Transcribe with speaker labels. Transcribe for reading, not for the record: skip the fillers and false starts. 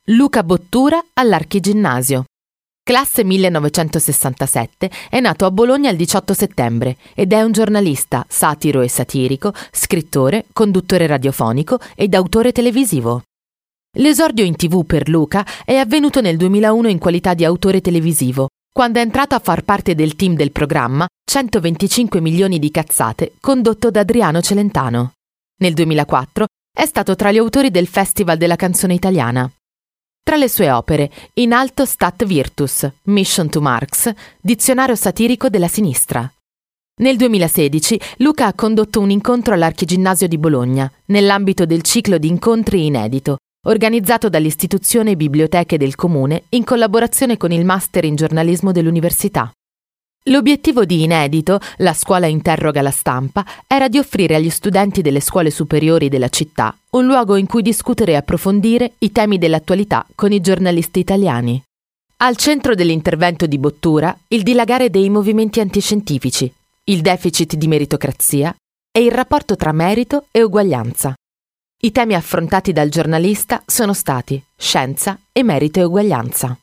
Speaker 1: Luca Bottura all'Archiginnasio. Classe 1967, è nato a Bologna il 18 settembre ed è un giornalista, satiro e satirico, scrittore, conduttore radiofonico ed autore televisivo. L'esordio in TV per Luca è avvenuto nel 2001 in qualità di autore televisivo, quando è entrato a far parte del team del programma 125 milioni di cazzate condotto da Adriano Celentano. Nel 2004 è stato tra gli autori del Festival della canzone italiana. Tra le sue opere, In alto stat virtus, Mission to Marx, dizionario satirico della sinistra. Nel 2016 Luca ha condotto un incontro all'Archiginnasio di Bologna, nell'ambito del ciclo di incontri inedito, organizzato dall'Istituzione Biblioteche del Comune in collaborazione con il Master in giornalismo dell'Università. L'obiettivo di Inedito, la scuola interroga la stampa, era di offrire agli studenti delle scuole superiori della città un luogo in cui discutere e approfondire i temi dell'attualità con i giornalisti italiani. Al centro dell'intervento di Bottura, il dilagare dei movimenti antiscientifici, il deficit di meritocrazia e il rapporto tra merito e uguaglianza. I temi affrontati dal giornalista sono stati scienza e merito e uguaglianza.